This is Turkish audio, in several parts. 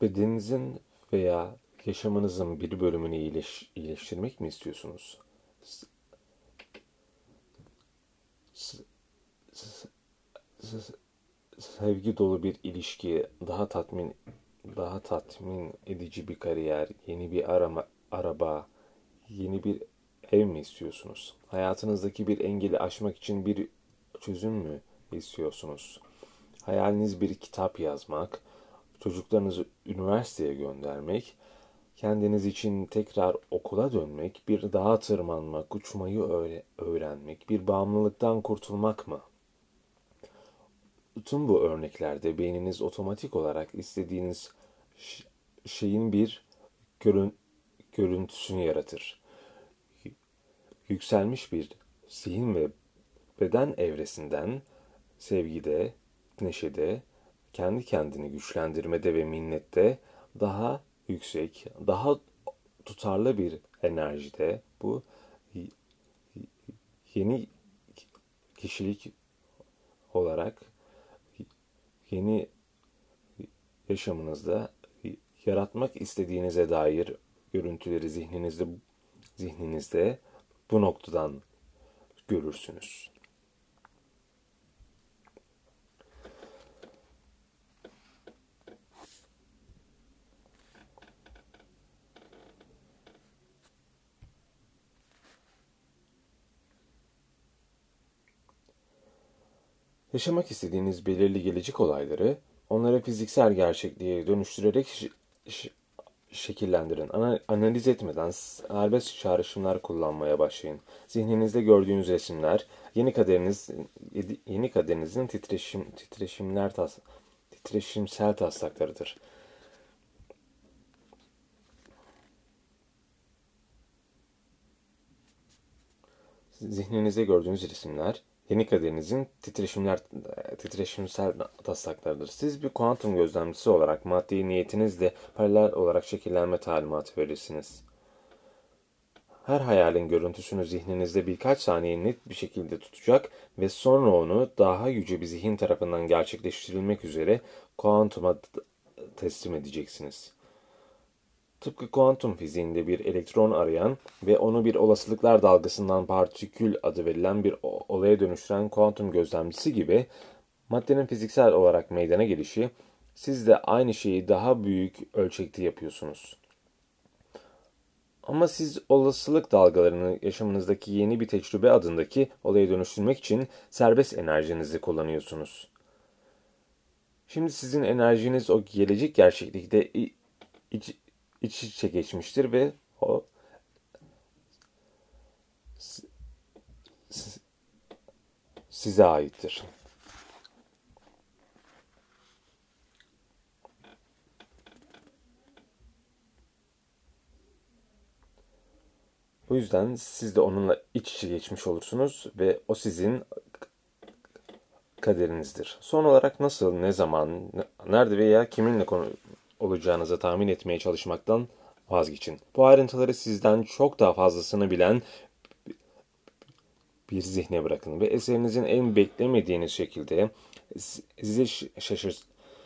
Bedeninizin veya yaşamınızın bir bölümünü iyileştirmek mi istiyorsunuz? S- s- s- s- Sevgi dolu bir ilişki, daha tatmin edici bir kariyer, yeni bir araba, yeni bir ev mi istiyorsunuz? Hayatınızdaki bir engeli aşmak için bir çözüm mü istiyorsunuz? Hayaliniz bir kitap yazmak, çocuklarınızı üniversiteye göndermek, kendiniz için tekrar okula dönmek, bir dağa tırmanmak, uçmayı öğrenmek, bir bağımlılıktan kurtulmak mı? Tüm bu örneklerde beyniniz otomatik olarak istediğiniz şeyin bir görün görüntüsünü yaratır. Yükselmiş bir zihin ve beden evresinden sevgide, neşede, kendi kendini güçlendirmede ve minnette daha yüksek, daha tutarlı bir enerjide bu yeni kişilik olarak yeni yaşamınızda yaratmak istediğinize dair görüntüleri zihninizde bu noktadan görürsünüz. Yaşamak istediğiniz belirli gelecek olayları onları fiziksel gerçekliğe dönüştürerek şekillendirin. Analiz etmeden serbest çağrışımlar kullanmaya başlayın. Zihninizde gördüğünüz resimler yeni kaderinizin titreşimsel taslaklarıdır. Zihninizde gördüğünüz resimler yeni kaderinizin titreşimsel taslaklarıdır. Siz bir kuantum gözlemcisi olarak maddi niyetinizle paralel olarak şekillenme talimatı verirsiniz. Her hayalin görüntüsünü zihninizde birkaç saniye net bir şekilde tutacak ve sonra onu daha yüce bir zihin tarafından gerçekleştirilmek üzere kuantuma teslim edeceksiniz. Tıpkı kuantum fiziğinde bir elektron arayan ve onu bir olasılıklar dalgasından partikül adı verilen bir olaya dönüştüren kuantum gözlemcisi gibi maddenin fiziksel olarak meydana gelişi, siz de aynı şeyi daha büyük ölçekte yapıyorsunuz. Ama siz olasılık dalgalarını yaşamınızdaki yeni bir tecrübe adındaki olaya dönüştürmek için serbest enerjinizi kullanıyorsunuz. Şimdi sizin enerjiniz o gelecek gerçeklikte iç, iç içe geçmiştir ve o size aittir. Bu yüzden siz de onunla iç içe geçmiş olursunuz ve o sizin kaderinizdir. Son olarak nasıl, ne zaman, nerede veya kiminle olacağınızı tahmin etmeye çalışmaktan vazgeçin. Bu ayrıntıları sizden çok daha fazlasını bilen bir zihne bırakın ve eserinizin en beklemediğiniz şekilde sizi şaşırt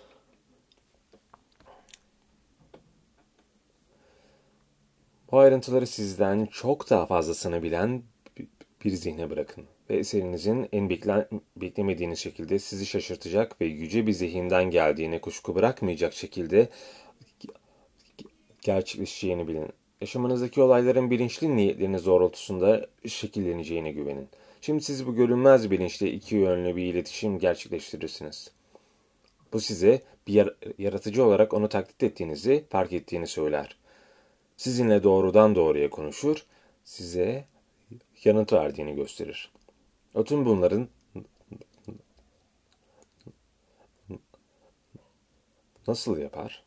Bu ayrıntıları sizden çok daha fazlasını bilen bir zihne bırakın ve eserinizin en beklemediğiniz şekilde sizi şaşırtacak ve yüce bir zihinden geldiğine kuşku bırakmayacak şekilde gerçekleşeceğini bilin. Yaşamınızdaki olayların bilinçli niyetleriniz doğrultusunda şekilleneceğine güvenin. Şimdi siz bu görünmez bilinçle iki yönlü bir iletişim gerçekleştirirsiniz. Bu size bir yaratıcı olarak onu taklit ettiğinizi fark ettiğini söyler. Sizinle doğrudan doğruya konuşur, size yanıt verdiğini gösterir. O tüm bunların nasıl yapar?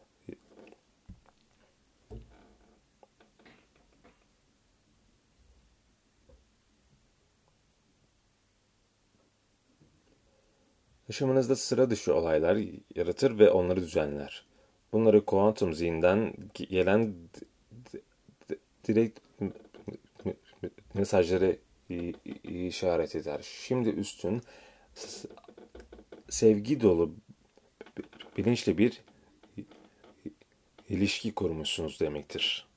Yaşamınızda sıra dışı olaylar yaratır ve onları düzenler. Bunları kuantum zihinden gelen direkt mesajları işaret eder. Şimdi üstün sevgi dolu bilinçli bir ilişki kurmuşsunuz demektir.